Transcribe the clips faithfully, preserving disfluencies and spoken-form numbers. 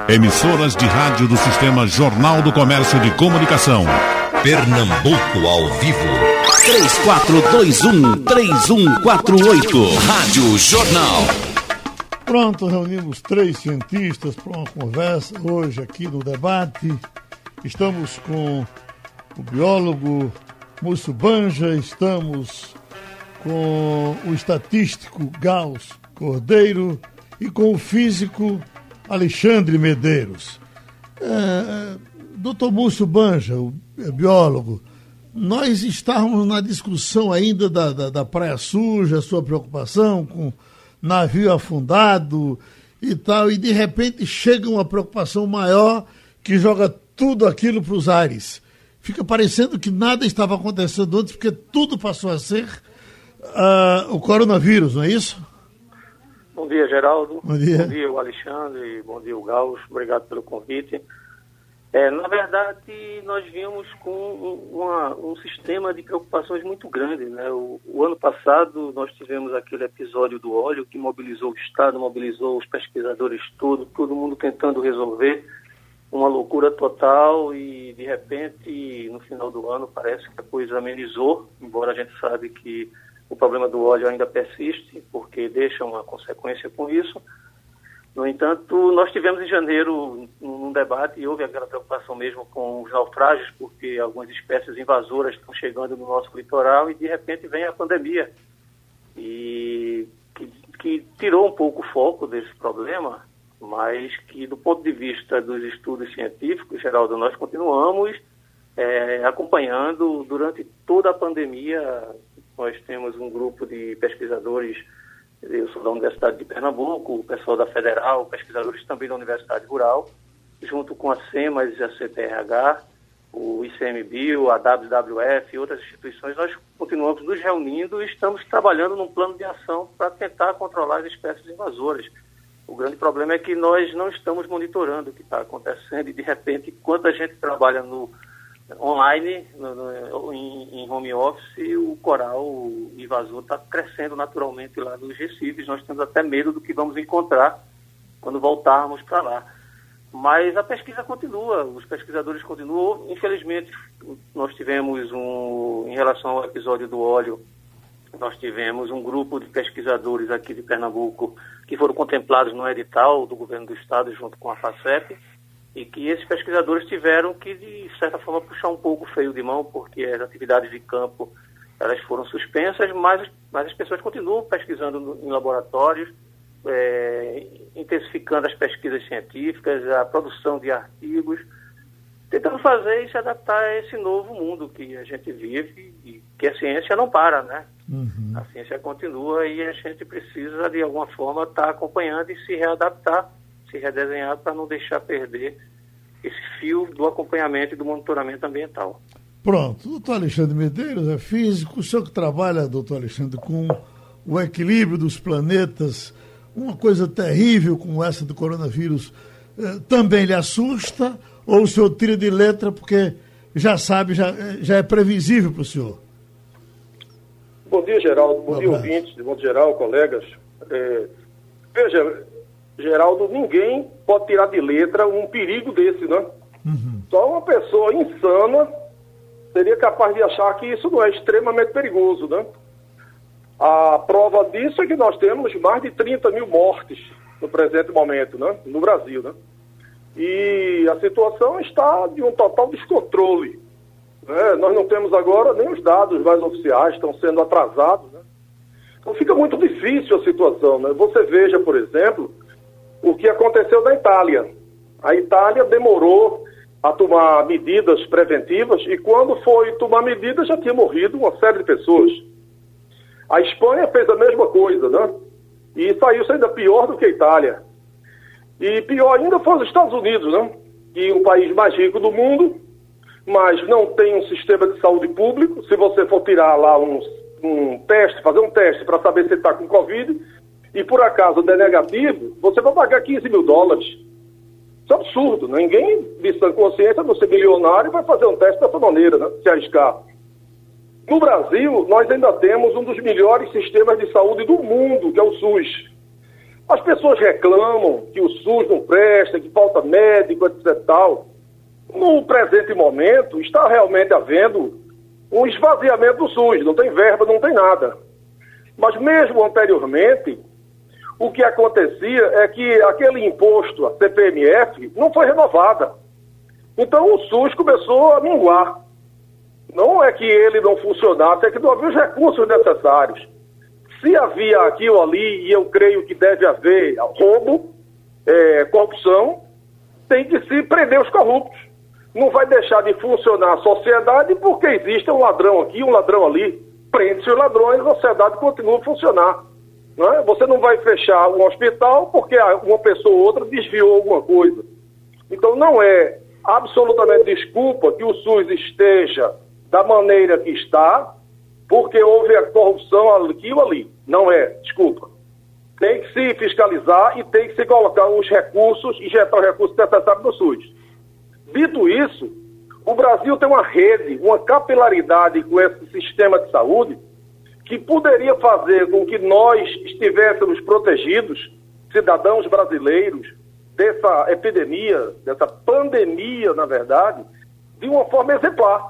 Emissoras de rádio do Sistema Jornal do Comércio de Comunicação. Pernambuco ao vivo. três quatro dois um, três um quatro oito. Rádio Jornal. Pronto, reunimos três cientistas para uma conversa hoje aqui no debate. Estamos com o biólogo Múcio Banja, estamos com o estatístico Gauss Cordeiro e com o físico Alexandre Medeiros. É, doutor Múcio Banja, o biólogo, nós estávamos na discussão ainda da, da, da Praia Suja, sua preocupação com navio afundado e tal, e de repente chega uma preocupação maior que joga tudo aquilo para os ares. Fica parecendo que nada estava acontecendo antes, porque tudo passou a ser uh, o coronavírus, não é isso? Bom dia, Geraldo. Bom dia. Bom dia, o Alexandre. Bom dia, o Gauss. Obrigado pelo convite. É, na verdade, nós vimos com uma, um sistema de preocupações muito grande, né? O, o ano passado, nós tivemos aquele episódio do óleo que mobilizou o Estado, mobilizou os pesquisadores todos, todo mundo tentando resolver, uma loucura total, e, de repente, no final do ano, parece que a coisa amenizou, embora a gente sabe que o problema do óleo ainda persiste, porque deixa uma consequência com isso. No entanto, nós tivemos em janeiro um debate e houve aquela preocupação mesmo com os naufrágios, porque algumas espécies invasoras estão chegando no nosso litoral e, de repente, vem a pandemia, e que, que tirou um pouco o foco desse problema, mas que, do ponto de vista dos estudos científicos, Geraldo, nós continuamos é, acompanhando durante toda a pandemia. Nós temos um grupo de pesquisadores, eu sou da Universidade de Pernambuco, o pessoal da Federal, pesquisadores também da Universidade Rural, junto com a SEMAS e a C T R H, o I C M B I, a W W F e outras instituições. Nós continuamos nos reunindo e estamos trabalhando num plano de ação para tentar controlar as espécies invasoras. O grande problema é que nós não estamos monitorando o que está acontecendo e, de repente, enquanto a gente trabalha no online, no, no, em, em home office, o coral invasor está crescendo naturalmente lá nos recifes. Nós temos até medo do que vamos encontrar quando voltarmos para lá. Mas a pesquisa continua, os pesquisadores continuam. Infelizmente, nós tivemos um, em relação ao episódio do óleo, nós tivemos um grupo de pesquisadores aqui de Pernambuco que foram contemplados no edital do governo do estado junto com a FACEP, e que esses pesquisadores tiveram que, de certa forma, puxar um pouco o freio de mão, porque as atividades de campo elas foram suspensas, mas, mas as pessoas continuam pesquisando no, em laboratórios, é, intensificando as pesquisas científicas, a produção de artigos, tentando fazer e se adaptar a esse novo mundo que a gente vive e que a ciência não para, né? Uhum. A ciência continua e a gente precisa, de alguma forma, estar acompanhando e se readaptar, se redesenhar para não deixar perder esse fio do acompanhamento e do monitoramento ambiental. Pronto. Doutor Alexandre Medeiros é físico. O senhor que trabalha, doutor Alexandre, com o equilíbrio dos planetas, uma coisa terrível como essa do coronavírus, eh, também lhe assusta? Ou o senhor tira de letra porque já sabe, já, já é previsível para o senhor? Bom dia, Geraldo. Bom Um dia, abraço. ouvintes. Bom dia, geral, colegas. É, veja, Geraldo, ninguém pode tirar de letra um perigo desse, né? Uhum. Só uma pessoa insana seria capaz de achar que isso não é extremamente perigoso, né? A prova disso é que nós temos mais de trinta mil mortes no presente momento, né? No Brasil, né? E a situação está de um total descontrole, né? Nós não temos agora nem os dados mais oficiais, estão sendo atrasados, né? Então fica muito difícil a situação, né? Você veja, por exemplo, o que aconteceu na Itália. A Itália demorou a tomar medidas preventivas e quando foi tomar medidas já tinha morrido uma série de pessoas. A Espanha fez a mesma coisa, né? E saiu ainda pior do que a Itália. E pior ainda foi os Estados Unidos, né? Que é o país mais rico do mundo, mas não tem um sistema de saúde público. Se você for tirar lá um, um teste, fazer um teste para saber se está com Covid, e por acaso der negativo, você vai pagar quinze mil dólares. Isso é absurdo, né? Ninguém de sã consciência, você milionário, vai fazer um teste dessa maneira, né? Se arriscar. No Brasil, nós ainda temos um dos melhores sistemas de saúde do mundo, que é o SUS. As pessoas reclamam que o SUS não presta, que falta médico, etcétera tal. No presente momento, está realmente havendo um esvaziamento do SUS, não tem verba, não tem nada. Mas mesmo anteriormente, o que acontecia é que aquele imposto, a C P M F, não foi renovada. Então o SUS começou a minguar. Não é que ele não funcionasse, é que não havia os recursos necessários. Se havia aqui ou ali, e eu creio que deve haver roubo, é, corrupção, tem que se prender os corruptos. Não vai deixar de funcionar a sociedade porque existe um ladrão aqui, um ladrão ali. Prende-se os ladrões, a sociedade continua a funcionar. Não é? Você não vai fechar um hospital porque uma pessoa ou outra desviou alguma coisa. Então não é absolutamente desculpa que o SUS esteja da maneira que está, porque houve a corrupção aqui ou ali. Não é, desculpa. Tem que se fiscalizar e tem que se colocar os recursos, injetar os recursos necessários no SUS. Dito isso, o Brasil tem uma rede, uma capilaridade com esse sistema de saúde que poderia fazer com que nós estivéssemos protegidos, cidadãos brasileiros, dessa epidemia, dessa pandemia, na verdade, de uma forma exemplar.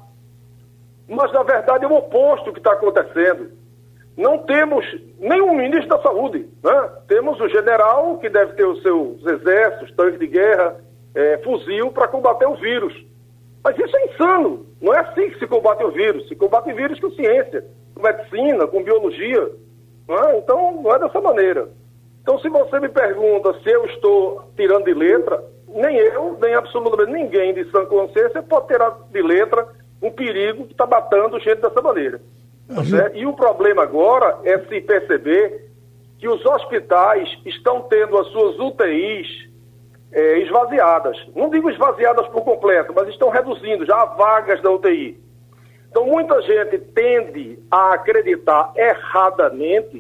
Mas, na verdade, é o oposto que está acontecendo. Não temos nenhum ministro da saúde, né? Temos o general, que deve ter os seus exércitos, tanques de guerra, é, fuzil, para combater o vírus. Mas isso é insano. Não é assim que se combate o vírus. Se combate o vírus com ciência, com medicina, com biologia. Não é? Então, não é dessa maneira. Então, se você me pergunta se eu estou tirando de letra, nem eu, nem absolutamente ninguém de sã consciência pode tirar de letra um perigo que está matando gente dessa maneira. Uhum. E o problema agora é se perceber que os hospitais estão tendo as suas U T Is é, esvaziadas. Não digo esvaziadas por completo, mas estão reduzindo, já há vagas da U T I. Então muita gente tende a acreditar erradamente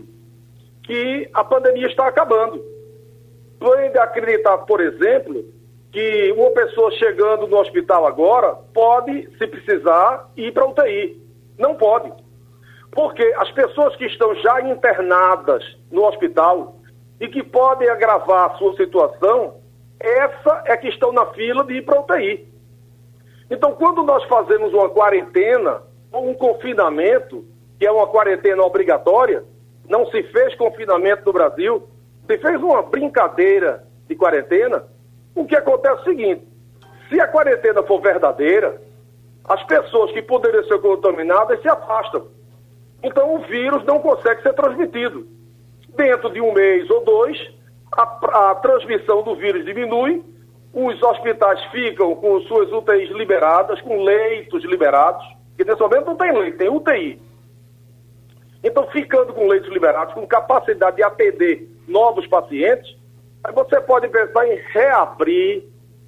que a pandemia está acabando. Tende a acreditar, por exemplo, que uma pessoa chegando no hospital agora pode, se precisar, ir para a U T I. Não pode. Porque as pessoas que estão já internadas no hospital e que podem agravar a sua situação, essa é que estão na fila de ir para a U T I. Então, quando nós fazemos uma quarentena ou um confinamento, que é uma quarentena obrigatória, não se fez confinamento no Brasil, se fez uma brincadeira de quarentena, o que acontece é o seguinte: se a quarentena for verdadeira, as pessoas que poderiam ser contaminadas se afastam. Então o vírus não consegue ser transmitido. Dentro de um mês ou dois, a, a transmissão do vírus diminui, os hospitais ficam com suas U T Is liberadas, com leitos liberados, que nesse momento não tem leito, tem U T I. Então, ficando com leitos liberados, com capacidade de atender novos pacientes, aí você pode pensar em reabrir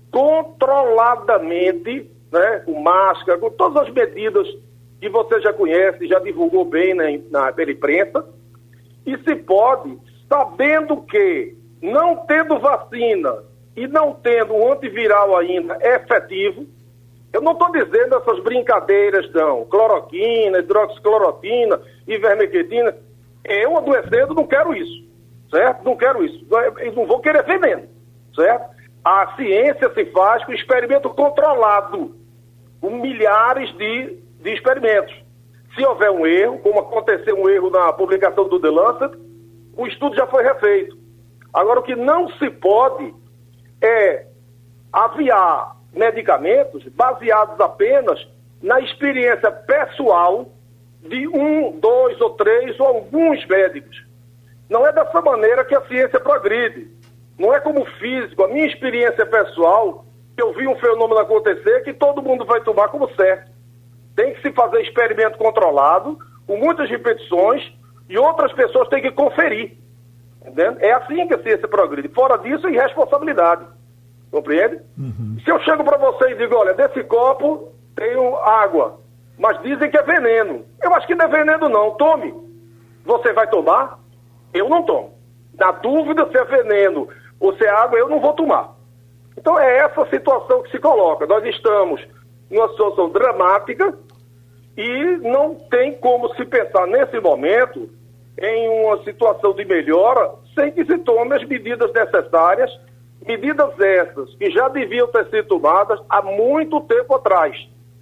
controladamente, né, com máscara, com todas as medidas que você já conhece, já divulgou bem na, na, pela imprensa, e se pode, sabendo que, não tendo vacina e não tendo um antiviral ainda efetivo, eu não estou dizendo essas brincadeiras, não, cloroquina, hidroxicloroquina, ivermectina. Eu, adoecendo, não quero isso, certo? Não quero isso. Eu não vou querer veneno, certo? A ciência se faz com experimento controlado, com milhares de, de experimentos. Se houver um erro, como aconteceu um erro na publicação do The Lancet, o estudo já foi refeito. Agora, o que não se pode é aviar medicamentos baseados apenas na experiência pessoal de um, dois ou três ou alguns médicos. Não é dessa maneira que a ciência progride. Não é como físico, a minha experiência pessoal, que eu vi um fenômeno acontecer que todo mundo vai tomar como certo. Tem que se fazer experimento controlado, com muitas repetições, e outras pessoas têm que conferir. Entendeu? É assim que a ciência progride. Fora disso, é irresponsabilidade. Compreende? Uhum. Se eu chego para você e digo, olha, desse copo tem água, mas dizem que é veneno. Eu acho que não é veneno não, tome. Você vai tomar? Eu não tomo. Na dúvida se é veneno ou se é água, eu não vou tomar. Então é essa situação que se coloca. Nós estamos numa situação dramática e não tem como se pensar nesse momento em uma situação de melhora sem que se tomem as medidas necessárias, medidas essas que já deviam ter sido tomadas há muito tempo atrás.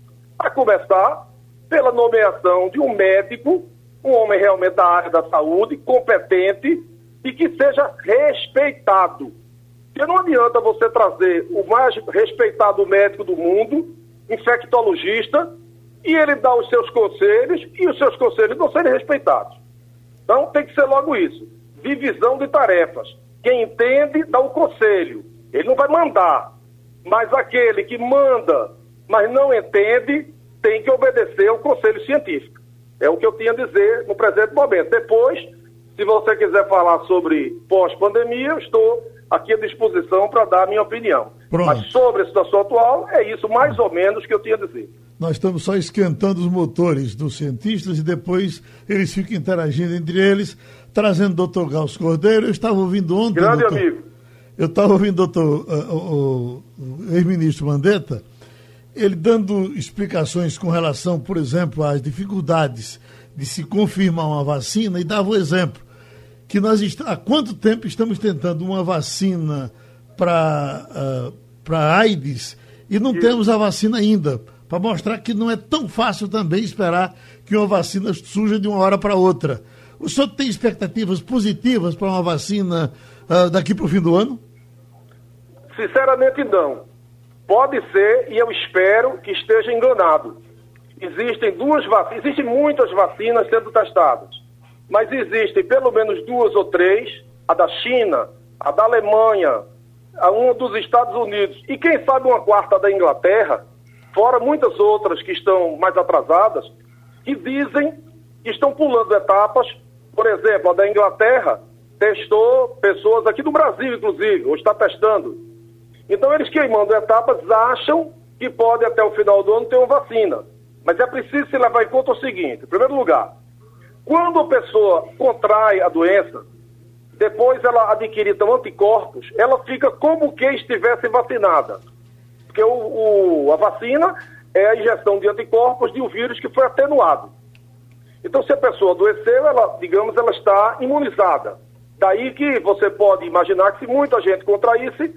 A começar pela nomeação de um médico, um homem realmente da área da saúde, competente e que seja respeitado. Porque não adianta você trazer o mais respeitado médico do mundo, infectologista, e ele dá os seus conselhos e os seus conselhos não serem respeitados. Então tem que ser logo isso. Divisão de tarefas. Quem entende dá o conselho. Ele não vai mandar. Mas aquele que manda, mas não entende, tem que obedecer ao conselho científico. É o que eu tinha a dizer no presente momento. Depois, se você quiser falar sobre pós-pandemia, eu estou aqui à disposição para dar a minha opinião. Pronto. Mas sobre a situação atual, é isso mais ou menos que eu tinha a dizer. Nós estamos só esquentando os motores dos cientistas e depois eles ficam interagindo entre eles, trazendo o doutor Gauss Cordeiro. Eu estava ouvindo ontem... Grande doutor, amigo. Eu estava ouvindo o doutor, uh, o, o ex-ministro Mandetta, ele dando explicações com relação, por exemplo, às dificuldades de se confirmar uma vacina, e dava o exemplo que nós est- há quanto tempo estamos tentando uma vacina para uh, para AIDS e não Isso. temos a vacina ainda, para mostrar que não é tão fácil também esperar que uma vacina surja de uma hora para outra. O senhor tem expectativas positivas para uma vacina uh, daqui para o fim do ano? Sinceramente, não. Pode ser, e eu espero que esteja enganado. Existem duas vacinas, existem muitas vacinas sendo testadas, mas existem pelo menos duas ou três, a da China, a da Alemanha, a uma dos Estados Unidos, e quem sabe uma quarta da Inglaterra, fora muitas outras que estão mais atrasadas, que dizem que estão pulando etapas. Por exemplo, a da Inglaterra testou pessoas aqui do Brasil, inclusive, ou está testando. Então, eles queimando etapas acham que pode até o final do ano ter uma vacina. Mas é preciso se levar em conta o seguinte: em primeiro lugar, quando a pessoa contrai a doença, depois ela adquire então anticorpos, ela fica como que estivesse vacinada. Porque o, o, a vacina é a injeção de anticorpos de um vírus que foi atenuado. Então, se a pessoa adoeceu, ela, digamos, ela está imunizada. Daí que você pode imaginar que se muita gente contraísse,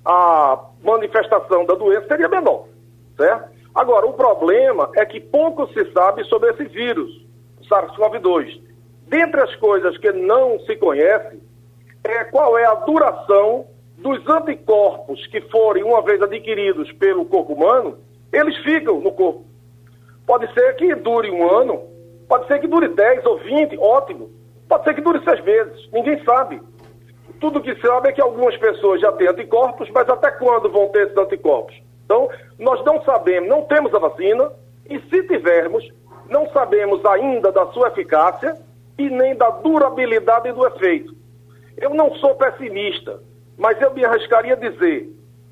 a manifestação da doença seria menor, certo? Agora, o problema é que pouco se sabe sobre esse vírus, o SARS-CoV dois. Dentre as coisas que não se conhece, é qual é a duração dos anticorpos que forem, uma vez adquiridos pelo corpo humano, eles ficam no corpo. Pode ser que dure um ano, pode ser que dure dez ou vinte, ótimo. Pode ser que dure seis meses, ninguém sabe. Tudo que se sabe é que algumas pessoas já têm anticorpos, mas até quando vão ter esses anticorpos? Então, nós não sabemos, não temos a vacina, e se tivermos, não sabemos ainda da sua eficácia e nem da durabilidade do efeito. Eu não sou pessimista, mas eu me arriscaria a dizer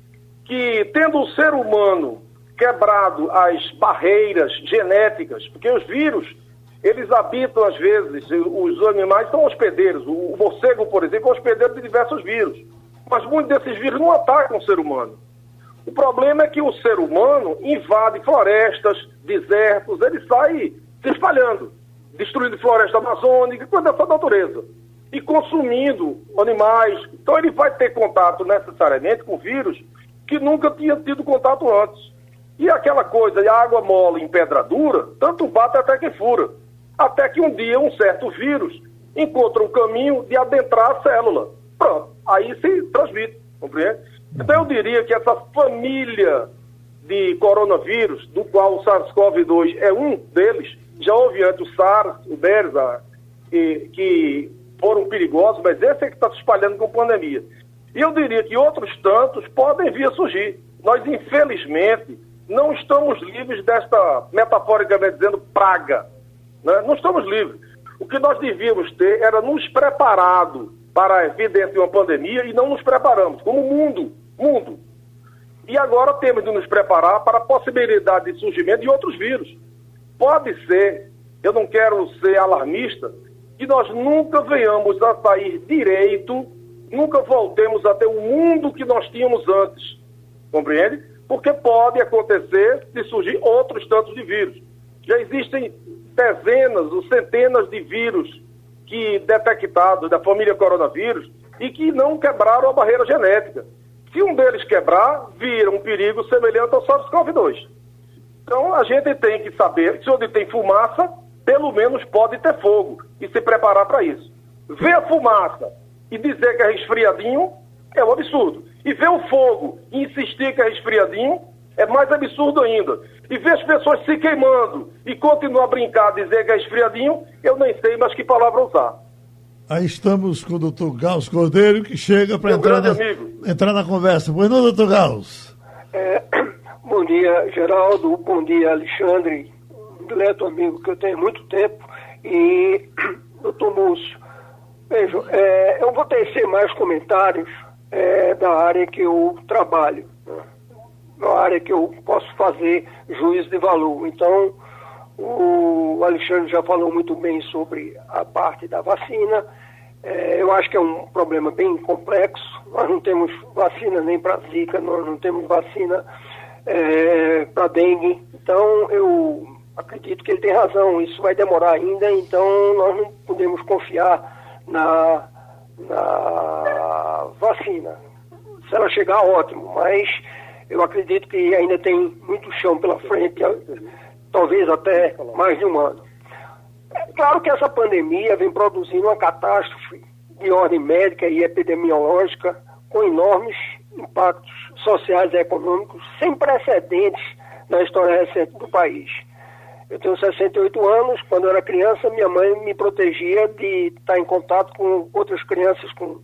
que, tendo o ser humano quebrado as barreiras genéticas, porque os vírus, eles habitam, às vezes, os animais são hospedeiros. O morcego, por exemplo, é hospedeiro de diversos vírus. Mas muitos desses vírus não atacam o ser humano. O problema é que o ser humano invade florestas, desertos, ele sai se espalhando, destruindo floresta amazônica, coisa dessa natureza, e consumindo animais. Então ele vai ter contato necessariamente com vírus que nunca tinha tido contato antes. E aquela coisa de água mole em pedra dura, tanto bate até que fura. Até que um dia um certo vírus encontra um caminho de adentrar a célula. Pronto, aí se transmite, compreende? Então eu diria que essa família de coronavírus, do qual o SARS-CoV dois é um deles, já houve antes o SARS, o MERS, que, que foram perigosos, mas esse é que está se espalhando com pandemia. E eu diria que outros tantos podem vir a surgir. Nós, infelizmente, não estamos livres desta, metaforicamente dizendo, praga. Né? Não estamos livres. O que nós devíamos ter era nos preparado para a evidência de uma pandemia e não nos preparamos, como mundo, mundo. E agora temos de nos preparar para a possibilidade de surgimento de outros vírus. Pode ser, eu não quero ser alarmista, que nós nunca venhamos a sair direito, nunca voltemos a ter o mundo que nós tínhamos antes, compreende? Porque pode acontecer de surgir outros tantos de vírus. Já existem dezenas ou centenas de vírus que detectados da família coronavírus e que não quebraram a barreira genética. Se um deles quebrar, vira um perigo semelhante ao SARS-CoV dois. Então, a gente tem que saber, se onde tem fumaça, pelo menos pode ter fogo, e se preparar para isso. Ver a fumaça e dizer que é resfriadinho é um absurdo. E ver o fogo e insistir que é resfriadinho é mais absurdo ainda. E ver as pessoas se queimando e continuar a brincar, dizer que é resfriadinho, eu nem sei mais que palavra usar. Aí estamos com o doutor Gauss Cordeiro, que chega para entrar, na, entrar na conversa. Boa noite, doutor Gauss. É, bom dia, Geraldo. Bom dia, Alexandre, um dileto amigo que eu tenho há muito tempo. E, doutor Múcio, vejo, é, eu vou tecer mais comentários é, da área que eu trabalho, né? Na área que eu posso fazer juízo de valor. Então, o Alexandre já falou muito bem sobre a parte da vacina. É, eu acho que é um problema bem complexo. Nós não temos vacina nem para Zika, nós não temos vacina é, para dengue. Então, eu acredito que ele tem razão. Isso vai demorar ainda, então nós não podemos confiar na, na vacina. Se ela chegar, ótimo, mas eu acredito que ainda tem muito chão pela frente, talvez até mais de um ano. É claro que essa pandemia vem produzindo uma catástrofe de ordem médica e epidemiológica com enormes impactos sociais e econômicos sem precedentes na história recente do país. Eu tenho sessenta e oito anos, quando eu era criança, minha mãe me protegia de estar em contato com outras crianças com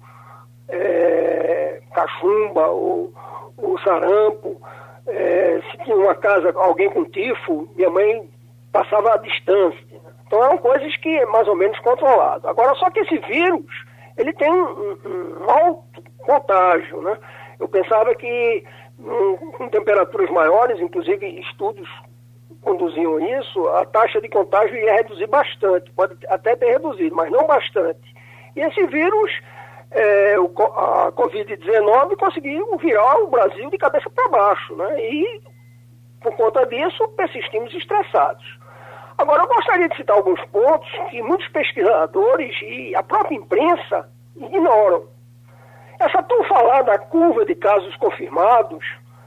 é, cachumba ou, ou sarampo. É, se tinha uma casa, alguém com tifo, minha mãe passava à distância. Então eram coisas que é mais ou menos controlado. Agora, só que esse vírus, ele tem um, um alto contágio, né? Eu pensava que um, com temperaturas maiores, inclusive estudos conduziam isso, a taxa de contágio ia reduzir bastante, pode até ter reduzido, mas não bastante. E esse vírus, é, o, a covid dezenove, conseguiu virar o Brasil de cabeça para baixo, né? E, por conta disso, persistimos estressados. Agora, eu gostaria de citar alguns pontos que muitos pesquisadores e a própria imprensa ignoram. Essa tão falada curva de casos confirmados,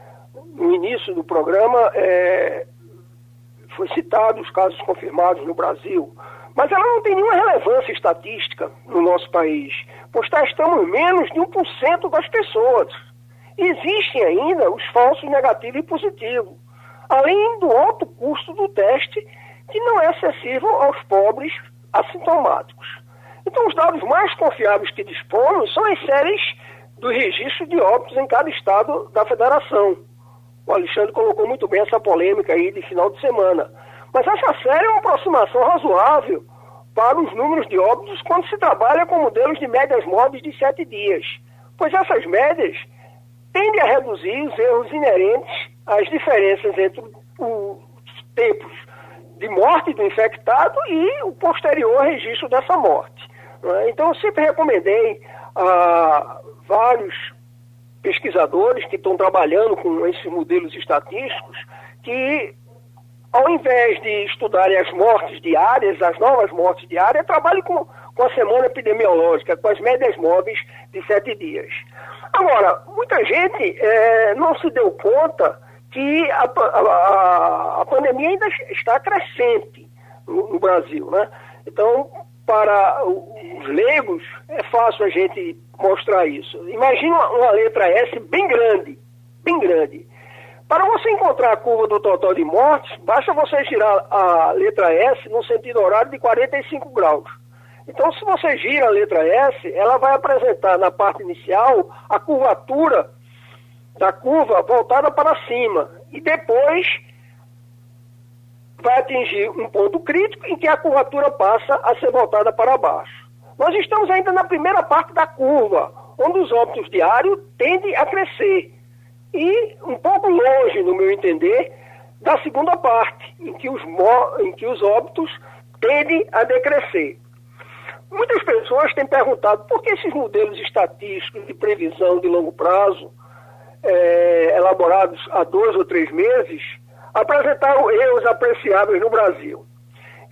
no início do programa, é, foi citado os casos confirmados no Brasil, mas ela não tem nenhuma relevância estatística no nosso país, pois testamos menos de um por cento das pessoas. Existem ainda os falsos negativos e positivos, além do alto custo do teste, que não é acessível aos pobres assintomáticos. Então, os dados mais confiáveis que dispomos são as séries do registro de óbitos em cada estado da federação. O Alexandre colocou muito bem essa polêmica aí de final de semana. Mas essa série é uma aproximação razoável para os números de óbitos quando se trabalha com modelos de médias móveis de sete dias, pois essas médias tendem a reduzir os erros inerentes às diferenças entre os tempos de morte do infectado e o posterior registro dessa morte. Né? Então, eu sempre recomendei a vários pesquisadores que estão trabalhando com esses modelos estatísticos que, ao invés de estudarem as mortes diárias, as novas mortes diárias, trabalhem com, com a semana epidemiológica, com as médias móveis de sete dias. Agora, muita gente é, não se deu conta que a, a, a pandemia ainda está crescente no, no Brasil, né? Então, para os leigos, é fácil a gente mostrar isso. Imagine uma, uma letra S bem grande, bem grande. Para você encontrar a curva do total de mortes, basta você girar a letra S no sentido horário de quarenta e cinco graus. Então, se você gira a letra S, ela vai apresentar na parte inicial a curvatura da curva voltada para cima. E depois vai atingir um ponto crítico em que a curvatura passa a ser voltada para baixo. Nós estamos ainda na primeira parte da curva, onde os óbitos diários tendem a crescer. E um pouco longe, no meu entender, da segunda parte, em que os, em que os óbitos tendem a decrescer. Muitas pessoas têm perguntado por que esses modelos estatísticos de previsão de longo prazo, é, elaborados há dois ou três meses, apresentaram erros apreciáveis no Brasil.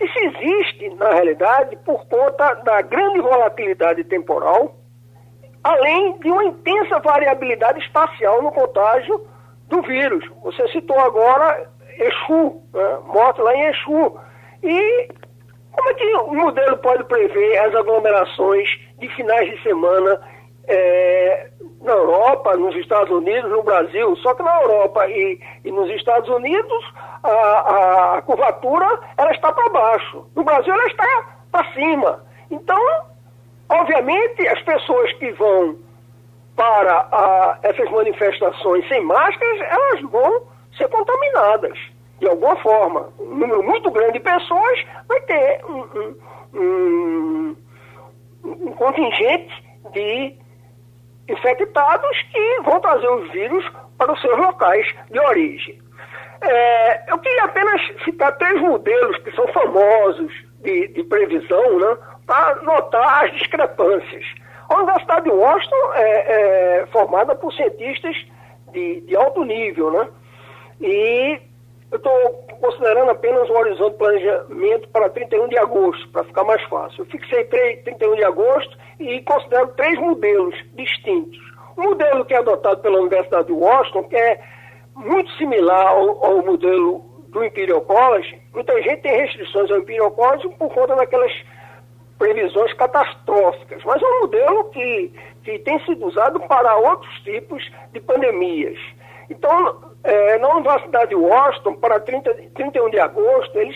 Isso existe, na realidade, por conta da grande volatilidade temporal, além de uma intensa variabilidade espacial no contágio do vírus. Você citou agora Exu, né? Morte lá em Exu. E como é que o modelo pode prever as aglomerações de finais de semana é, na Europa, nos Estados Unidos, no Brasil? Só que na Europa e, e nos Estados Unidos a, a, a curvatura ela está para baixo. No Brasil ela está para cima. Então, obviamente, as pessoas que vão para a, essas manifestações sem máscaras, elas vão ser contaminadas de alguma forma. Um número muito grande de pessoas vai ter um, um, um, um contingente de infectados que vão trazer os vírus para os seus locais de origem. É, eu queria apenas citar três modelos que são famosos de, de previsão, né, para notar as discrepâncias. A Universidade de Washington é, é formada por cientistas de, de alto nível, né? E eu estou considerando apenas um horizonte de planejamento para trinta e um de agosto, para ficar mais fácil. Eu fixei trinta e um de agosto e considero três modelos distintos. Um modelo que é adotado pela Universidade de Washington, que é muito similar ao, ao modelo do Imperial College. Muita gente tem restrições ao Imperial College por conta daquelas previsões catastróficas, mas é um modelo que, que tem sido usado para outros tipos de pandemias. Então, é, na Universidade de Washington, para trinta, trinta e um de agosto, eles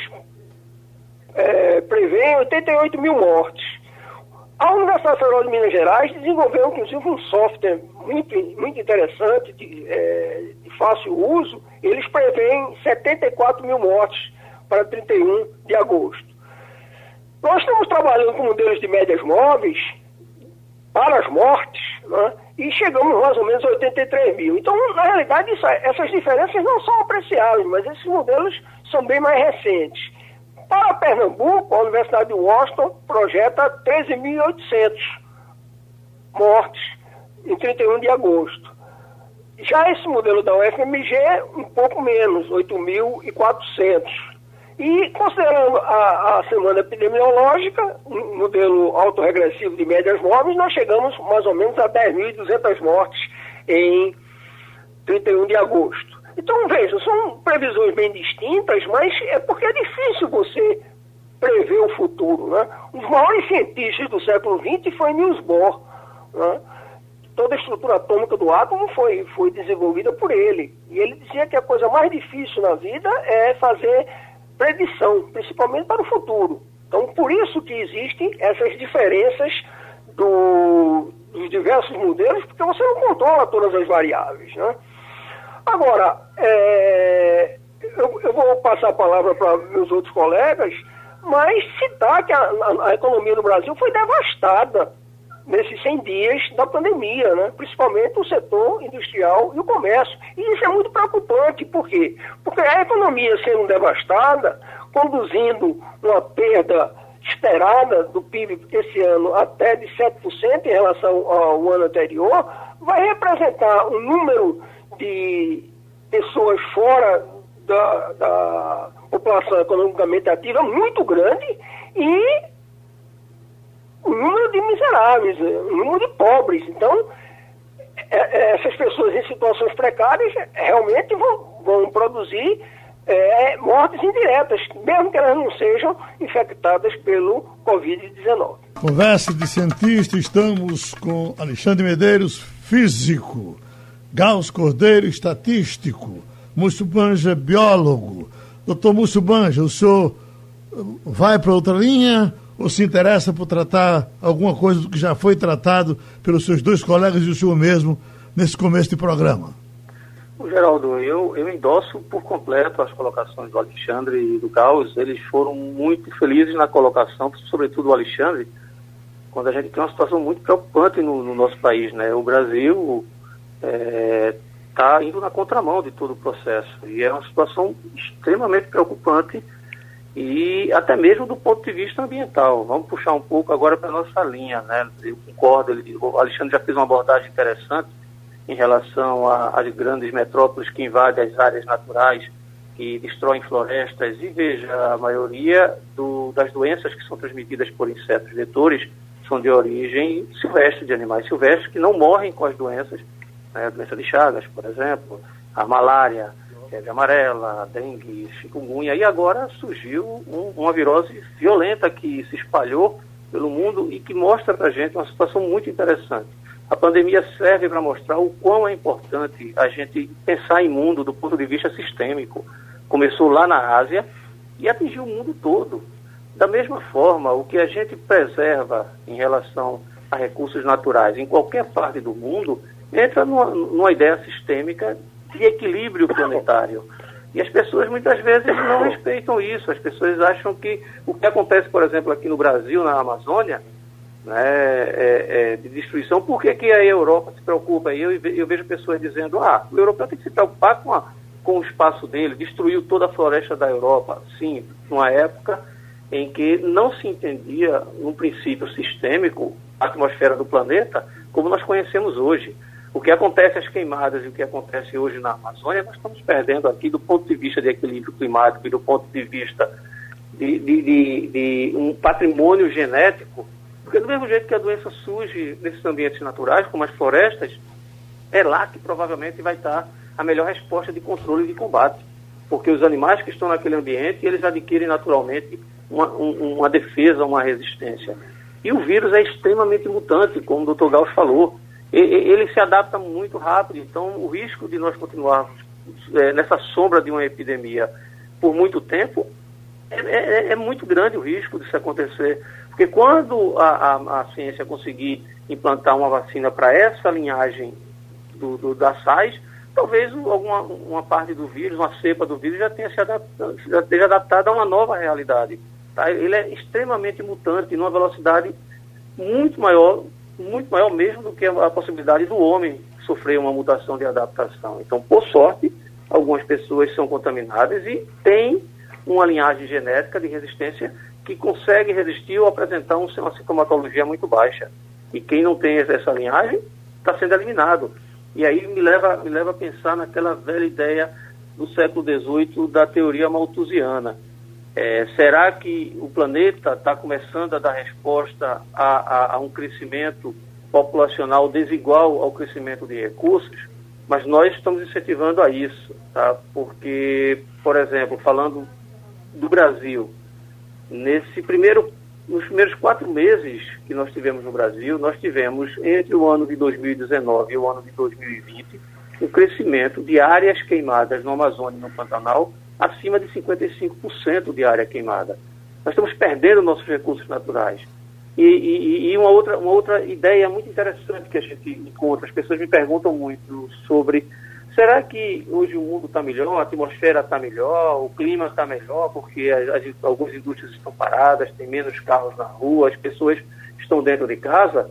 é, preveem oitenta e oito mil mortes. A Universidade Federal de Minas Gerais desenvolveu, inclusive, um software muito, muito interessante, de, é, de fácil uso. Eles preveem setenta e quatro mil mortes para trinta e um de agosto. Nós estamos trabalhando com modelos de médias móveis para as mortes, né, e chegamos mais ou menos a oitenta e três mil. Então, na realidade, isso, essas diferenças não são apreciáveis, mas esses modelos são bem mais recentes. Para Pernambuco, a Universidade de Washington projeta treze mil e oitocentos mortes em trinta e um de agosto. Já esse modelo da U F M G, um pouco menos, oito mil e quatrocentos. E, considerando a, a semana epidemiológica, um modelo autorregressivo de médias móveis, nós chegamos mais ou menos a dez mil e duzentas mortes em trinta e um de agosto. Então, vejam, são previsões bem distintas, mas é porque é difícil você prever o futuro, né? Um dos maiores cientistas do século vinte foi Niels Bohr, né? Toda a estrutura atômica do átomo foi, foi desenvolvida por ele. E ele dizia que a coisa mais difícil na vida é fazer predição, principalmente para o futuro. Então, por isso que existem essas diferenças do, dos diversos modelos, porque você não controla todas as variáveis, né? Agora, é, eu, eu vou passar a palavra para meus outros colegas, mas citar que a, a, a economia do Brasil foi devastada nesses cem dias da pandemia, né? Principalmente o setor industrial e o comércio. E isso é muito preocupante. Por quê? Porque a economia sendo devastada, conduzindo uma perda esperada do P I B esse ano até de sete por cento em relação ao ano anterior, vai representar um número de pessoas fora da, da população economicamente ativa muito grande e o número de miseráveis, o número de pobres. Então, é, essas pessoas em situações precárias realmente vão, vão produzir é, mortes indiretas, mesmo que elas não sejam infectadas pelo covid dezenove. Conversa de cientista, estamos com Alexandre Medeiros, físico, Gauss Cordeiro, estatístico, Múcio Banja, biólogo. Doutor Múcio Banja, o senhor vai para outra linha ou se interessa por tratar alguma coisa do que já foi tratado pelos seus dois colegas e o senhor mesmo nesse começo de programa? Geraldo, eu, eu endosso por completo as colocações do Alexandre e do Gauss. Eles foram muito felizes na colocação, sobretudo o Alexandre, quando a gente tem uma situação muito preocupante no, no nosso país, né? O Brasil está é, indo na contramão de todo o processo e é uma situação extremamente preocupante e até mesmo do ponto de vista ambiental. Vamos puxar um pouco agora para a nossa linha, né? Eu concordo, ele, o Alexandre já fez uma abordagem interessante em relação às grandes metrópoles que invadem as áreas naturais que destroem florestas, e veja, a maioria do, das doenças que são transmitidas por insetos vetores são de origem silvestre, de animais silvestres que não morrem com as doenças, né, a doença de Chagas, por exemplo, a malária, febre amarela, a dengue, chikungunya, e agora surgiu um, uma virose violenta que se espalhou pelo mundo e que mostra para a gente uma situação muito interessante. A pandemia serve para mostrar o quão é importante a gente pensar em mundo do ponto de vista sistêmico. Começou lá na Ásia e atingiu o mundo todo. Da mesma forma, o que a gente preserva em relação a recursos naturais em qualquer parte do mundo entra numa, numa ideia sistêmica de equilíbrio planetário. E as pessoas muitas vezes não respeitam isso. As pessoas acham que o que acontece, por exemplo, aqui no Brasil, na Amazônia, né, é, é, de destruição, por que, que a Europa se preocupa? Eu, eu vejo pessoas dizendo, ah, o europeu tem que se preocupar com, a, com o espaço dele, destruiu toda a floresta da Europa. Sim, numa época em que não se entendia, num princípio sistêmico, a atmosfera do planeta como nós conhecemos hoje. O que acontece, as queimadas e o que acontece hoje na Amazônia, nós estamos perdendo aqui do ponto de vista de equilíbrio climático e do ponto de vista de, de, de, de um patrimônio genético, porque do mesmo jeito que a doença surge nesses ambientes naturais, como as florestas, é lá que provavelmente vai estar a melhor resposta de controle e de combate, porque os animais que estão naquele ambiente, eles adquirem naturalmente uma, um, uma defesa, uma resistência. E o vírus é extremamente mutante, como o doutor Gauss falou. Ele se adapta muito rápido, então o risco de nós continuarmos é, nessa sombra de uma epidemia por muito tempo é, é, é muito grande o risco disso acontecer, porque quando a, a, a ciência conseguir implantar uma vacina para essa linhagem do, do, da SARS, talvez alguma uma parte do vírus, uma cepa do vírus já tenha se adaptado, já esteja adaptada a uma nova realidade. Tá? Ele é extremamente mutante, numa velocidade muito maior, muito maior mesmo do que a, a possibilidade do homem sofrer uma mutação de adaptação. Então, por sorte, algumas pessoas são contaminadas e têm uma linhagem genética de resistência que consegue resistir ou apresentar um, uma sintomatologia muito baixa. E quem não tem essa linhagem está sendo eliminado. E aí me leva, me leva a pensar naquela velha ideia do século dezoito da teoria malthusiana. É, será que o planeta está começando a dar resposta a, a, a um crescimento populacional desigual ao crescimento de recursos? Mas nós estamos incentivando a isso, tá? Porque, por exemplo, falando do Brasil, nesse primeiro, nos primeiros quatro meses que nós tivemos no Brasil, nós tivemos, entre o ano de dois mil e dezenove e o ano de dois mil e vinte, um crescimento de áreas queimadas no Amazônia e no Pantanal acima de cinquenta e cinco por cento de área queimada. Nós estamos perdendo nossos recursos naturais. E, e, e uma, outra, uma outra ideia muito interessante que a gente encontra, as pessoas me perguntam muito sobre, será que hoje o mundo está melhor, a atmosfera está melhor, o clima está melhor, porque as, as, algumas indústrias estão paradas, tem menos carros na rua, as pessoas estão dentro de casa?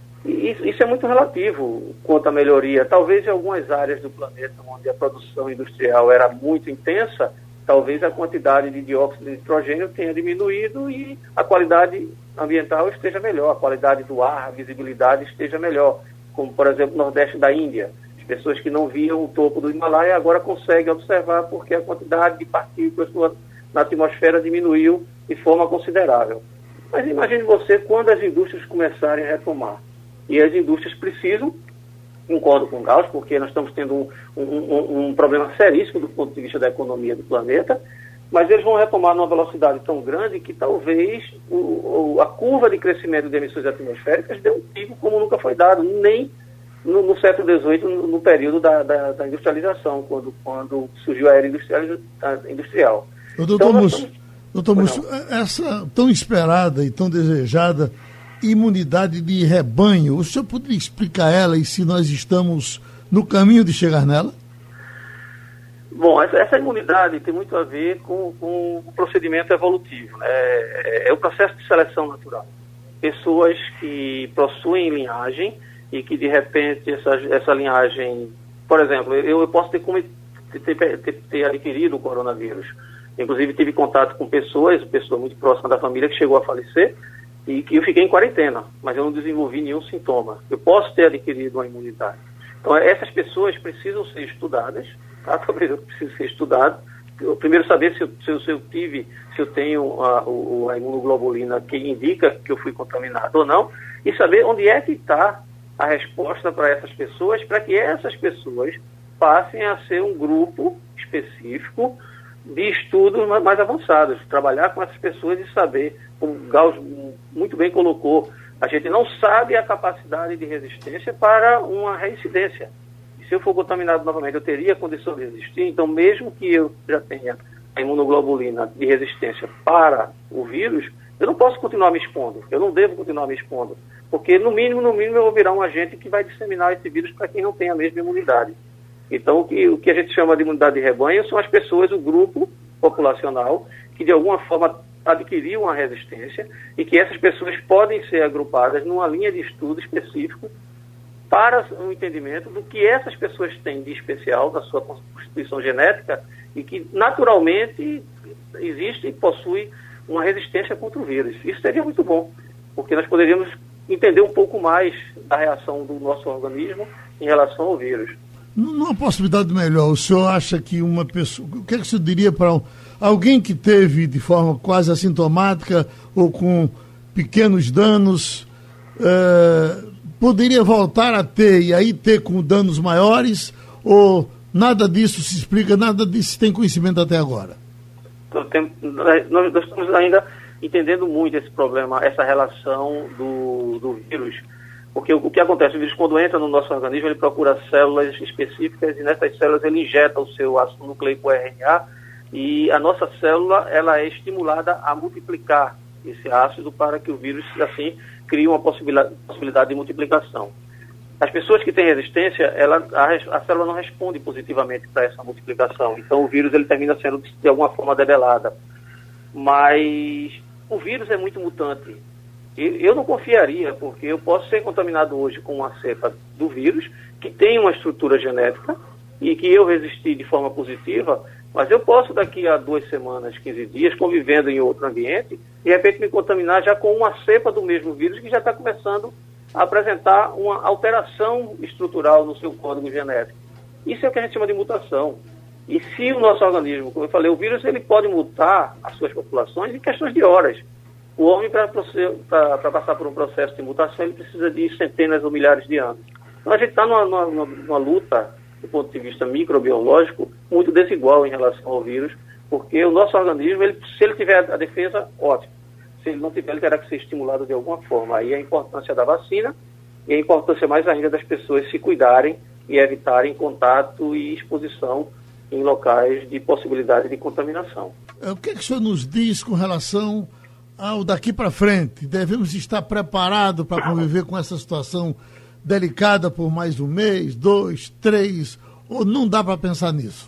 E isso, isso é muito relativo quanto à melhoria. Talvez em algumas áreas do planeta onde a produção industrial era muito intensa, talvez a quantidade de dióxido de nitrogênio tenha diminuído e a qualidade ambiental esteja melhor, a qualidade do ar, a visibilidade esteja melhor, como por exemplo no Nordeste da Índia. As pessoas que não viam o topo do Himalaia agora conseguem observar porque a quantidade de partículas na atmosfera diminuiu de forma considerável. Mas imagine você quando as indústrias começarem a retomar. E as indústrias precisam, concordo com o Gauss, porque nós estamos tendo um, um, um, um problema seríssimo do ponto de vista da economia do planeta, mas eles vão retomar numa velocidade tão grande que talvez o, o, a curva de crescimento de emissões atmosféricas dê um pico como nunca foi dado, nem no, no século dezoito, no, no período da, da, da industrialização, quando, quando surgiu a era industrial. industrial. O doutor então, Múcio, estamos... doutor Múcio, essa tão esperada e tão desejada imunidade de rebanho, o senhor poderia explicar ela e se nós estamos no caminho de chegar nela? Bom, essa, essa imunidade tem muito a ver com, com o procedimento evolutivo, né? É, é o processo de seleção natural. Pessoas que possuem linhagem e que de repente essa, essa linhagem, por exemplo, eu, eu posso ter, ter, ter, ter adquirido o coronavírus. Inclusive tive contato com pessoas, pessoa muito próxima da família que chegou a falecer, e que eu fiquei em quarentena, mas eu não desenvolvi nenhum sintoma. Eu posso ter adquirido uma imunidade. Então, essas pessoas precisam ser estudadas, tá? Talvez eu precise ser estudado eu primeiro saber se eu, se eu, se eu tive, se eu tenho a, o, a imunoglobulina que indica que eu fui contaminado ou não, e saber onde é que está a resposta para essas pessoas, para que essas pessoas passem a ser um grupo específico de estudos mais avançados, trabalhar com essas pessoas e saber, como o Gauss muito bem colocou, a gente não sabe a capacidade de resistência para uma reincidência. E se eu for contaminado novamente, eu teria condição de resistir, então mesmo que eu já tenha a imunoglobulina de resistência para o vírus, eu não posso continuar me expondo, eu não devo continuar me expondo, porque no mínimo, no mínimo eu vou virar um agente que vai disseminar esse vírus para quem não tem a mesma imunidade. Então, o que, o que a gente chama de imunidade de rebanho são as pessoas, o grupo populacional, que de alguma forma adquiriu uma resistência e que essas pessoas podem ser agrupadas numa linha de estudo específico para o entendimento do que essas pessoas têm de especial da sua constituição genética e que naturalmente existe e possui uma resistência contra o vírus. Isso seria muito bom, porque nós poderíamos entender um pouco mais da reação do nosso organismo em relação ao vírus. Numa possibilidade melhor, o senhor acha que uma pessoa... O que é que o senhor diria para um, alguém que teve de forma quase assintomática ou com pequenos danos, uh, poderia voltar a ter e aí ter com danos maiores? Ou nada disso se explica, nada disso tem conhecimento até agora? Nós, nós estamos ainda entendendo muito esse problema, essa relação do, do vírus. Porque o, o que acontece, o vírus quando entra no nosso organismo, ele procura células específicas e nessas células ele injeta o seu ácido nucleico R N A e a nossa célula ela é estimulada a multiplicar esse ácido para que o vírus, assim, crie uma possibilidade, possibilidade de multiplicação. As pessoas que têm resistência, ela, a, a célula não responde positivamente para essa multiplicação, então o vírus ele termina sendo de alguma forma debelada. Mas o vírus é muito mutante. Eu não confiaria, porque eu posso ser contaminado hoje com uma cepa do vírus que tem uma estrutura genética e que eu resisti de forma positiva, mas eu posso daqui a duas semanas, quinze dias, convivendo em outro ambiente, de repente me contaminar já com uma cepa do mesmo vírus que já está começando a apresentar uma alteração estrutural no seu código genético. Isso é o que a gente chama de mutação. E se o nosso organismo, como eu falei, o vírus ele pode mutar as suas populações em questões de horas. O homem, para passar por um processo de mutação, ele precisa de centenas ou milhares de anos. Então, a gente está numa, numa, numa luta, do ponto de vista microbiológico, muito desigual em relação ao vírus, porque o nosso organismo, ele, se ele tiver a defesa, ótimo. Se ele não tiver, ele terá que ser estimulado de alguma forma. Aí a importância da vacina e a importância mais ainda das pessoas se cuidarem e evitarem contato e exposição em locais de possibilidade de contaminação. O que é que o senhor nos diz com relação ao daqui para frente? Devemos estar preparados para conviver com essa situação delicada por mais um mês, dois, três, ou não dá para pensar nisso?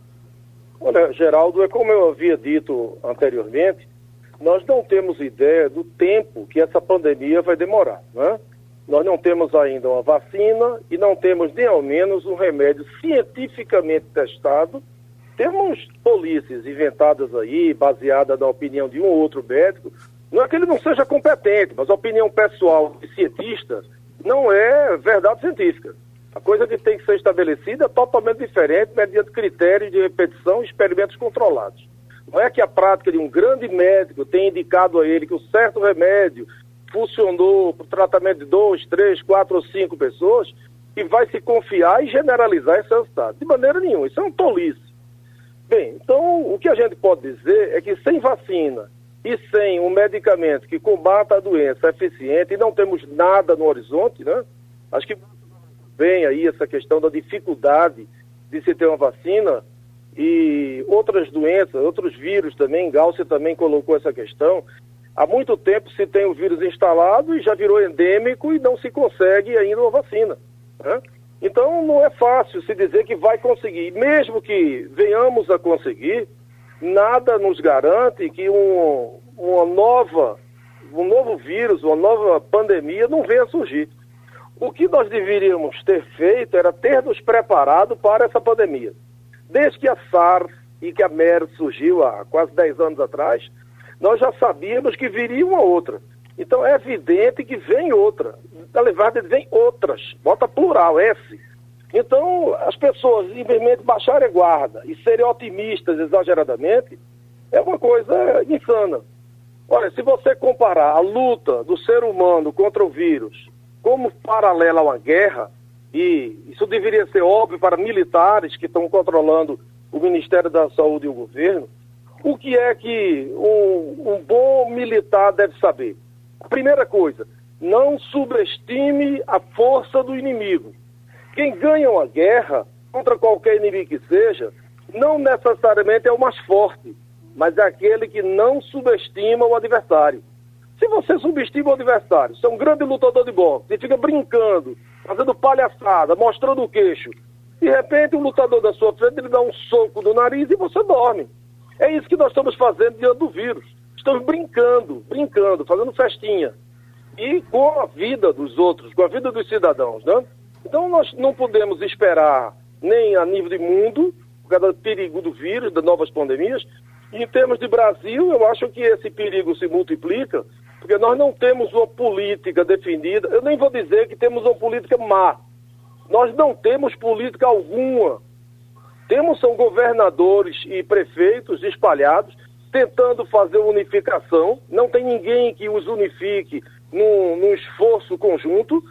Olha, Geraldo, é como eu havia dito anteriormente, nós não temos ideia do tempo que essa pandemia vai demorar, né? Nós não temos ainda uma vacina e não temos nem ao menos um remédio cientificamente testado. Temos polícias inventadas aí, baseadas na opinião de um ou outro médico. Não é que ele não seja competente, mas a opinião pessoal de cientista não é verdade científica. A coisa que tem que ser estabelecida é totalmente diferente, mediante critérios de repetição e experimentos controlados. Não é que a prática de um grande médico tenha indicado a ele que um certo remédio funcionou para o tratamento de dois, três, quatro ou cinco pessoas e vai se confiar e generalizar esse resultado. De maneira nenhuma, isso é um tolice. Bem, então o que a gente pode dizer é que sem vacina e sem um medicamento que combata a doença eficiente, e não temos nada no horizonte, né? Acho que vem aí essa questão da dificuldade de se ter uma vacina e outras doenças, outros vírus também, Gauss também colocou essa questão. Há muito tempo se tem o vírus instalado e já virou endêmico e não se consegue ainda uma vacina, né? Então não é fácil se dizer que vai conseguir. Mesmo que venhamos a conseguir, nada nos garante que um, uma nova, um novo vírus, uma nova pandemia não venha a surgir. O que nós deveríamos ter feito era ter nos preparado para essa pandemia. Desde que a SARS e que a MERS surgiu há quase dez anos atrás, nós já sabíamos que viria uma outra. Então é evidente que vem outra. Na verdade, vem outras. Bota plural, S. Então, as pessoas simplesmente baixarem a guarda e serem otimistas exageradamente é uma coisa insana. Olha, se você comparar a luta do ser humano contra o vírus como paralela a uma guerra, e isso deveria ser óbvio para militares que estão controlando o Ministério da Saúde e o governo, o que é que um, um bom militar deve saber? A primeira coisa, não subestime a força do inimigo. Quem ganha uma guerra, contra qualquer inimigo que seja, não necessariamente é o mais forte, mas é aquele que não subestima o adversário. Se você subestima o adversário, você é um grande lutador de boxe, e fica brincando, fazendo palhaçada, mostrando o queixo, de repente o lutador da sua frente ele dá um soco no nariz e você dorme. É isso que nós estamos fazendo diante do vírus. Estamos brincando, brincando, fazendo festinha. E com a vida dos outros, com a vida dos cidadãos, né? Então nós não podemos esperar nem a nível de mundo, por causa do perigo do vírus, das novas pandemias. E em termos de Brasil, eu acho que esse perigo se multiplica, porque nós não temos uma política definida. Eu nem vou dizer que temos uma política má. Nós não temos política alguma. Temos são governadores e prefeitos espalhados, tentando fazer unificação. Não tem ninguém que os unifique num, num esforço conjunto.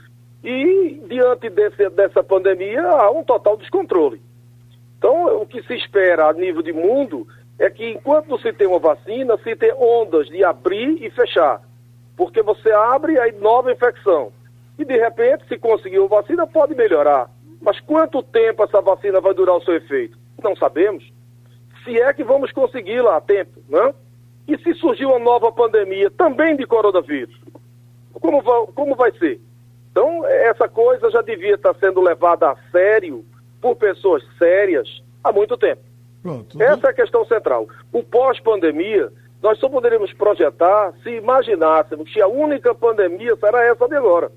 E, diante desse, dessa pandemia, há um total descontrole. Então, o que se espera a nível de mundo é que, enquanto se tem uma vacina, se tem ondas de abrir e fechar. Porque você abre, aí nova infecção. E, de repente, se conseguir a vacina, pode melhorar. Mas quanto tempo essa vacina vai durar o seu efeito? Não sabemos. Se é que vamos consegui-la a tempo, né? E se surgir uma nova pandemia, também de coronavírus? Como vai, como vai ser? Então, essa coisa já devia estar sendo levada a sério por pessoas sérias há muito tempo. Pronto. Essa é a questão central. O pós-pandemia, nós só poderíamos projetar se imaginássemos que a única pandemia será essa de agora.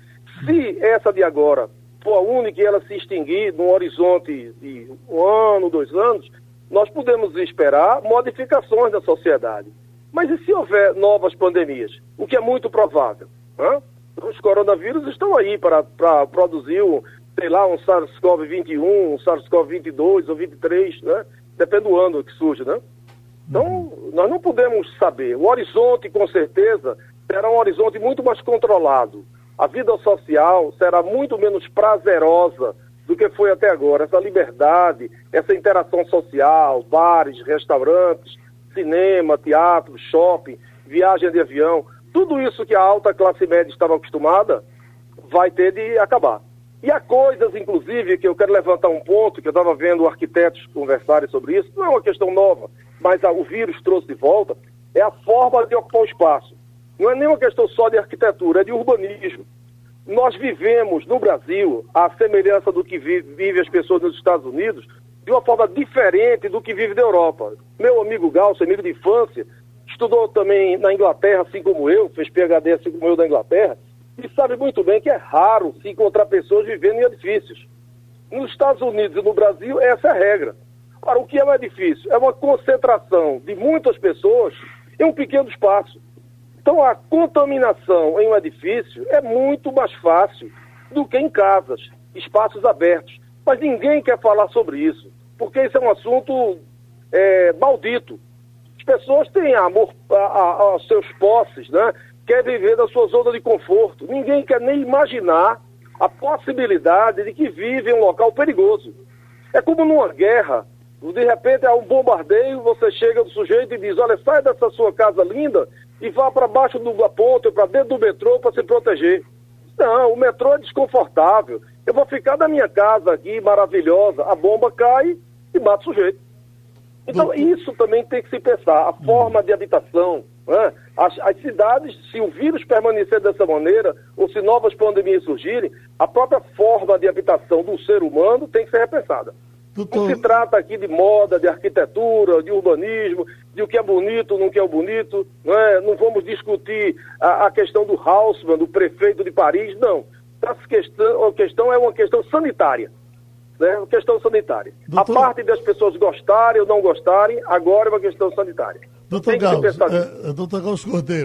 Se essa de agora for a única e ela se extinguir num horizonte de um ano, dois anos, nós podemos esperar modificações na sociedade. Mas e se houver novas pandemias? O que é muito provável, né? Os coronavírus estão aí para, para produzir, um, sei lá, um SARS-CoV vinte e um, um SARS-CoV vinte e dois ou vinte e três, né? Depende do ano que surge, né? Então, nós não podemos saber. O horizonte, com certeza, será um horizonte muito mais controlado. A vida social será muito menos prazerosa do que foi até agora. Essa liberdade, essa interação social, bares, restaurantes, cinema, teatro, shopping, viagem de avião, tudo isso que a alta classe média estava acostumada vai ter de acabar. E há coisas, inclusive, que eu quero levantar um ponto, que eu estava vendo arquitetos conversarem sobre isso, não é uma questão nova, mas a, o vírus trouxe de volta, é a forma de ocupar o espaço. Não é nem uma questão só de arquitetura, é de urbanismo. Nós vivemos no Brasil, à semelhança do que vive, vive as pessoas nos Estados Unidos, de uma forma diferente do que vive na Europa. Meu amigo Galso, amigo de infância, estudou também na Inglaterra, assim como eu, fez P H D assim como eu da Inglaterra, e sabe muito bem que é raro se encontrar pessoas vivendo em edifícios. Nos Estados Unidos e no Brasil, essa é a regra. Ora, o que é um edifício? É uma concentração de muitas pessoas em um pequeno espaço. Então, a contaminação em um edifício é muito mais fácil do que em casas, espaços abertos. Mas ninguém quer falar sobre isso, porque isso é um assunto é, maldito. As pessoas têm amor a, a, aos seus posses, né? Querem viver da sua zona de conforto. Ninguém quer nem imaginar a possibilidade de que vive em um local perigoso. É como numa guerra. De repente há um bombardeio, você chega do sujeito e diz, olha, sai dessa sua casa linda e vá para baixo da ponte, para dentro do metrô para se proteger. Não, o metrô é desconfortável. Eu vou ficar na minha casa aqui, maravilhosa, a bomba cai e mata o sujeito. Então, isso também tem que se pensar, a forma de habitação, né? as, as cidades, se o vírus permanecer dessa maneira, ou se novas pandemias surgirem, a própria forma de habitação do ser humano tem que ser repensada. Doutor... Não se trata aqui de moda, de arquitetura, de urbanismo, de o que é bonito, não que é o bonito, não, é? Não vamos discutir a, a questão do Haussmann, do prefeito de Paris, não. Essa questão, a questão é uma questão sanitária. Né? Uma questão sanitária. Doutor... A parte das pessoas gostarem ou não gostarem, agora é uma questão sanitária. Doutor Gauss, é, doutor Gauss Cordeiro,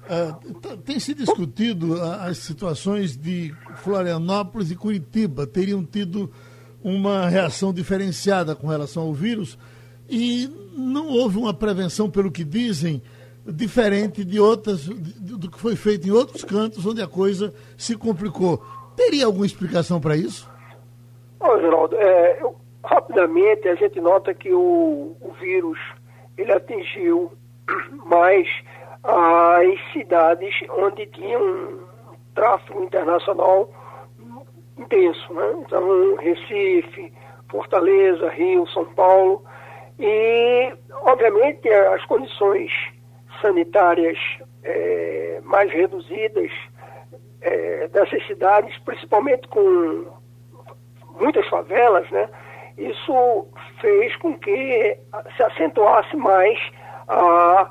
Uh, tem se discutido as situações de Florianópolis e Curitiba, teriam tido uma reação diferenciada com relação ao vírus e não houve uma prevenção, pelo que dizem, diferente de outras, do que foi feito em outros cantos onde a coisa se complicou. Teria alguma explicação para isso? Ô, Geraldo, é, eu, rapidamente a gente nota que o, o vírus ele atingiu mais as cidades onde tinha um tráfego internacional intenso, né? Então, Recife, Fortaleza, Rio, São Paulo, e, obviamente, as condições sanitárias é, mais reduzidas é, dessas cidades, principalmente com muitas favelas, né? Isso fez com que se acentuasse mais a,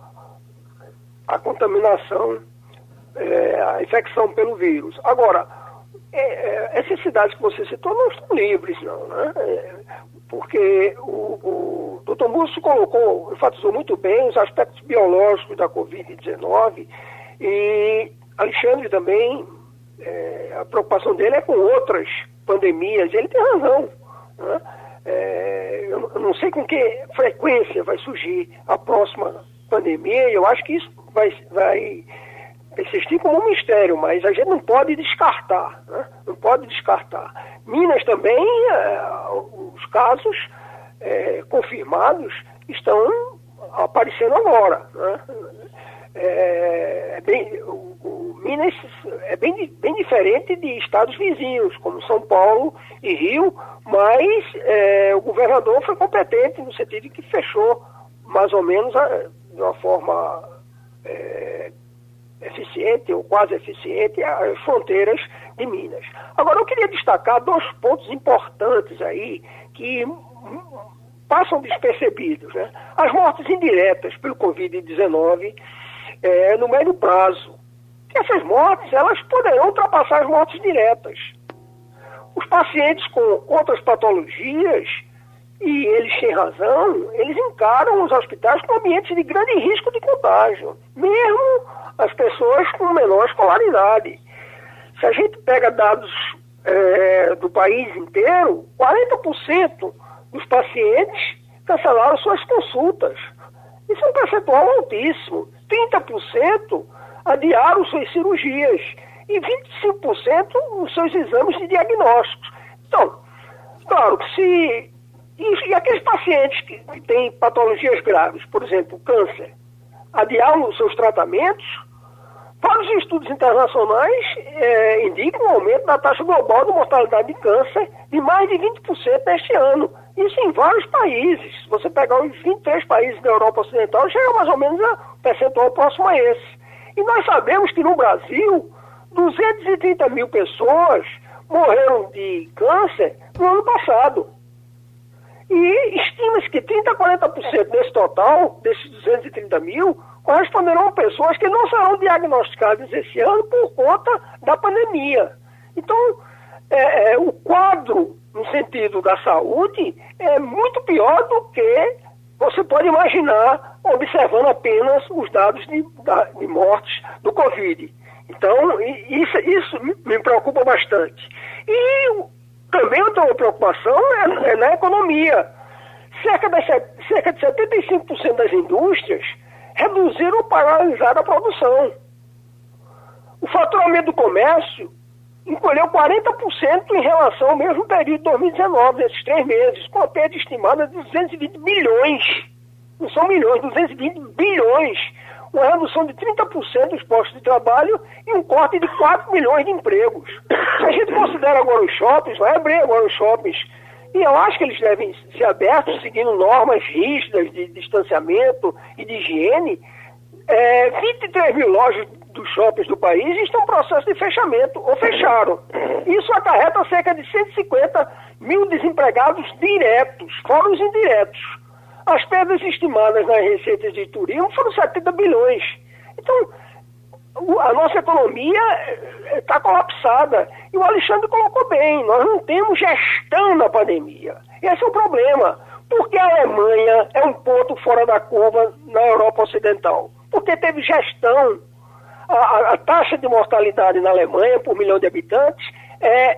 a contaminação, é, a infecção pelo vírus. Agora, é, é, essas cidades que você citou não estão livres, não, né? É, porque o, o doutor Múcio colocou, enfatizou muito bem os aspectos biológicos da covid dezenove e Alexandre também, é, a preocupação dele é com outras pandemias, ele tem razão, né? É, eu não sei com que frequência vai surgir a próxima pandemia, e eu acho que isso vai, vai persistir como um mistério, mas a gente não pode descartar, né? Não pode descartar. Minas também, é, os casos é, confirmados estão aparecendo agora, né? É, é bem, o, o Minas é bem, bem diferente de estados vizinhos, como São Paulo e Rio, mas é, o governador foi competente no sentido de que fechou mais ou menos a, de uma forma é, eficiente ou quase eficiente as fronteiras de Minas. Agora eu queria destacar dois pontos importantes aí que passam despercebidos, né? As mortes indiretas pelo covid dezenove é, no médio prazo. E essas mortes, elas poderão ultrapassar as mortes diretas. Os pacientes com outras patologias, e eles têm razão, eles encaram os hospitais como ambientes de grande risco de contágio, mesmo as pessoas com menor escolaridade. Se a gente pega dados é, do país inteiro, quarenta por cento dos pacientes cancelaram suas consultas. Isso é um percentual altíssimo. trinta por cento adiaram suas cirurgias e vinte e cinco por cento os seus exames de diagnósticos. Então, claro que se... E, e aqueles pacientes que, que têm patologias graves, por exemplo, câncer, adiaram os seus tratamentos, vários estudos internacionais é, indicam um aumento da taxa global de mortalidade de câncer de mais de vinte por cento neste ano. Isso em vários países. Se você pegar os vinte e três países da Europa Ocidental, chega mais ou menos a um percentual próximo a esse. E nós sabemos que no Brasil, duzentas e trinta mil pessoas morreram de câncer no ano passado. E estima-se que trinta a quarenta por cento desse total, desses duzentos e trinta mil, corresponderão a pessoas que não serão diagnosticadas esse ano por conta da pandemia. Então, é, é, o quadro, no sentido da saúde, é muito pior do que você pode imaginar observando apenas os dados de, de mortes do Covid. Então, isso, isso me preocupa bastante. E também outra preocupação é, é na economia. Cerca de, cerca de setenta e cinco por cento das indústrias reduziram ou paralisaram a produção. O faturamento do comércio encolheu quarenta por cento em relação ao mesmo período de dois mil e dezenove, nesses três meses, com a perda estimada de duzentos e vinte bilhões. Não são milhões, duzentos e vinte bilhões. Uma redução de trinta por cento dos postos de trabalho e um corte de quatro milhões de empregos. Se a gente considera agora os shoppings, vai abrir agora os shoppings, e eu acho que eles devem ser abertos seguindo normas rígidas de distanciamento e de higiene. É, vinte e três mil lojas dos shoppings do país estão em processo de fechamento ou fecharam. Isso acarreta cerca de cento e cinquenta mil desempregados diretos, fora os indiretos. As perdas estimadas nas receitas de turismo foram setenta bilhões. Então, a nossa economia está colapsada. E o Alexandre colocou bem, nós não temos gestão na pandemia. Esse é o problema. Porque a Alemanha é um ponto fora da curva na Europa Ocidental? Porque teve gestão. a, a taxa de mortalidade na Alemanha por milhão de habitantes é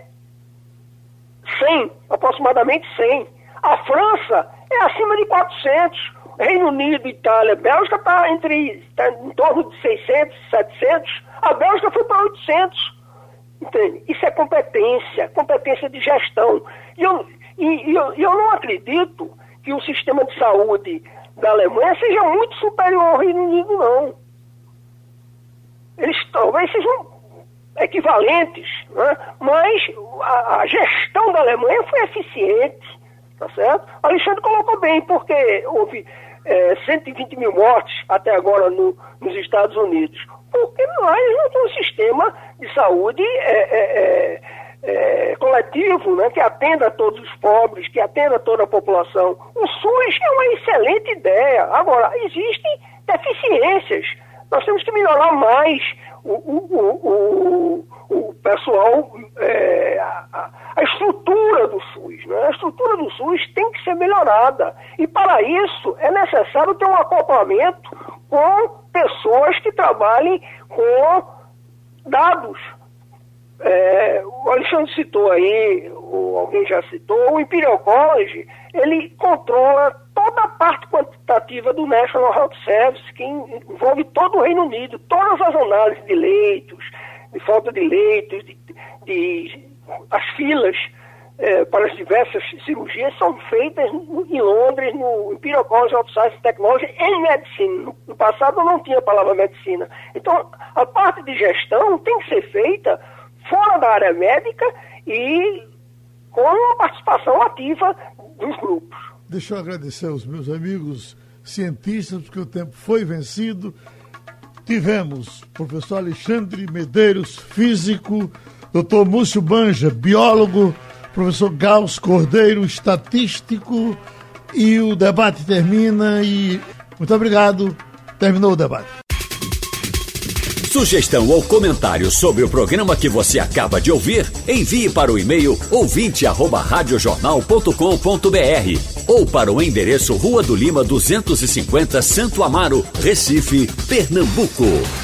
cem, aproximadamente cem. A França é acima de quatrocentos. Reino Unido, Itália, Bélgica está entre tá em torno de seiscentos, setecentos. A Bélgica foi para oitocentos. Entende? Isso é competência, competência de gestão. E eu, e, e eu, eu não acredito que o sistema de saúde da Alemanha seja muito superior ao Reino Unido, não. Eles talvez sejam equivalentes, né? Mas a, a gestão da Alemanha foi eficiente, tá certo? O Alexandre colocou bem, porque houve é, cento e vinte mil mortes até agora no, nos Estados Unidos. Porque lá eles não têm um sistema de saúde é, é, é, coletivo, né, que atenda a todos os pobres, que atenda a toda a população. O SUS é uma excelente ideia. Agora, existem deficiências. Nós temos que melhorar mais o, o, o, o pessoal, é, a, a estrutura do SUS. Né? A estrutura do SUS tem que ser melhorada. E para isso é necessário ter um acoplamento com pessoas que trabalhem com dados. É, o Alexandre citou aí, ou alguém já citou, o Imperial College, ele controla toda a parte quantitativa do National Health Service, que envolve todo o Reino Unido, todas as análises de leitos, de falta de leitos, de, de as filas é, para as diversas cirurgias são feitas em Londres, no Imperial College of Science and Technology, em medicina. No passado não tinha a palavra medicina. Então, a parte de gestão tem que ser feita fora da área médica e com a participação ativa dos grupos. Deixa eu agradecer aos meus amigos cientistas, porque o tempo foi vencido. Tivemos o professor Alexandre Medeiros, físico, doutor Múcio Banja, biólogo, professor Gauss Cordeiro, estatístico, e o debate termina e muito obrigado, terminou o debate. Sugestão ou comentário sobre o programa que você acaba de ouvir, envie para o e-mail ouvinte arroba radiojornal ponto com ponto br ou para o endereço Rua do Lima duzentos e cinquenta, Santo Amaro, Recife, Pernambuco.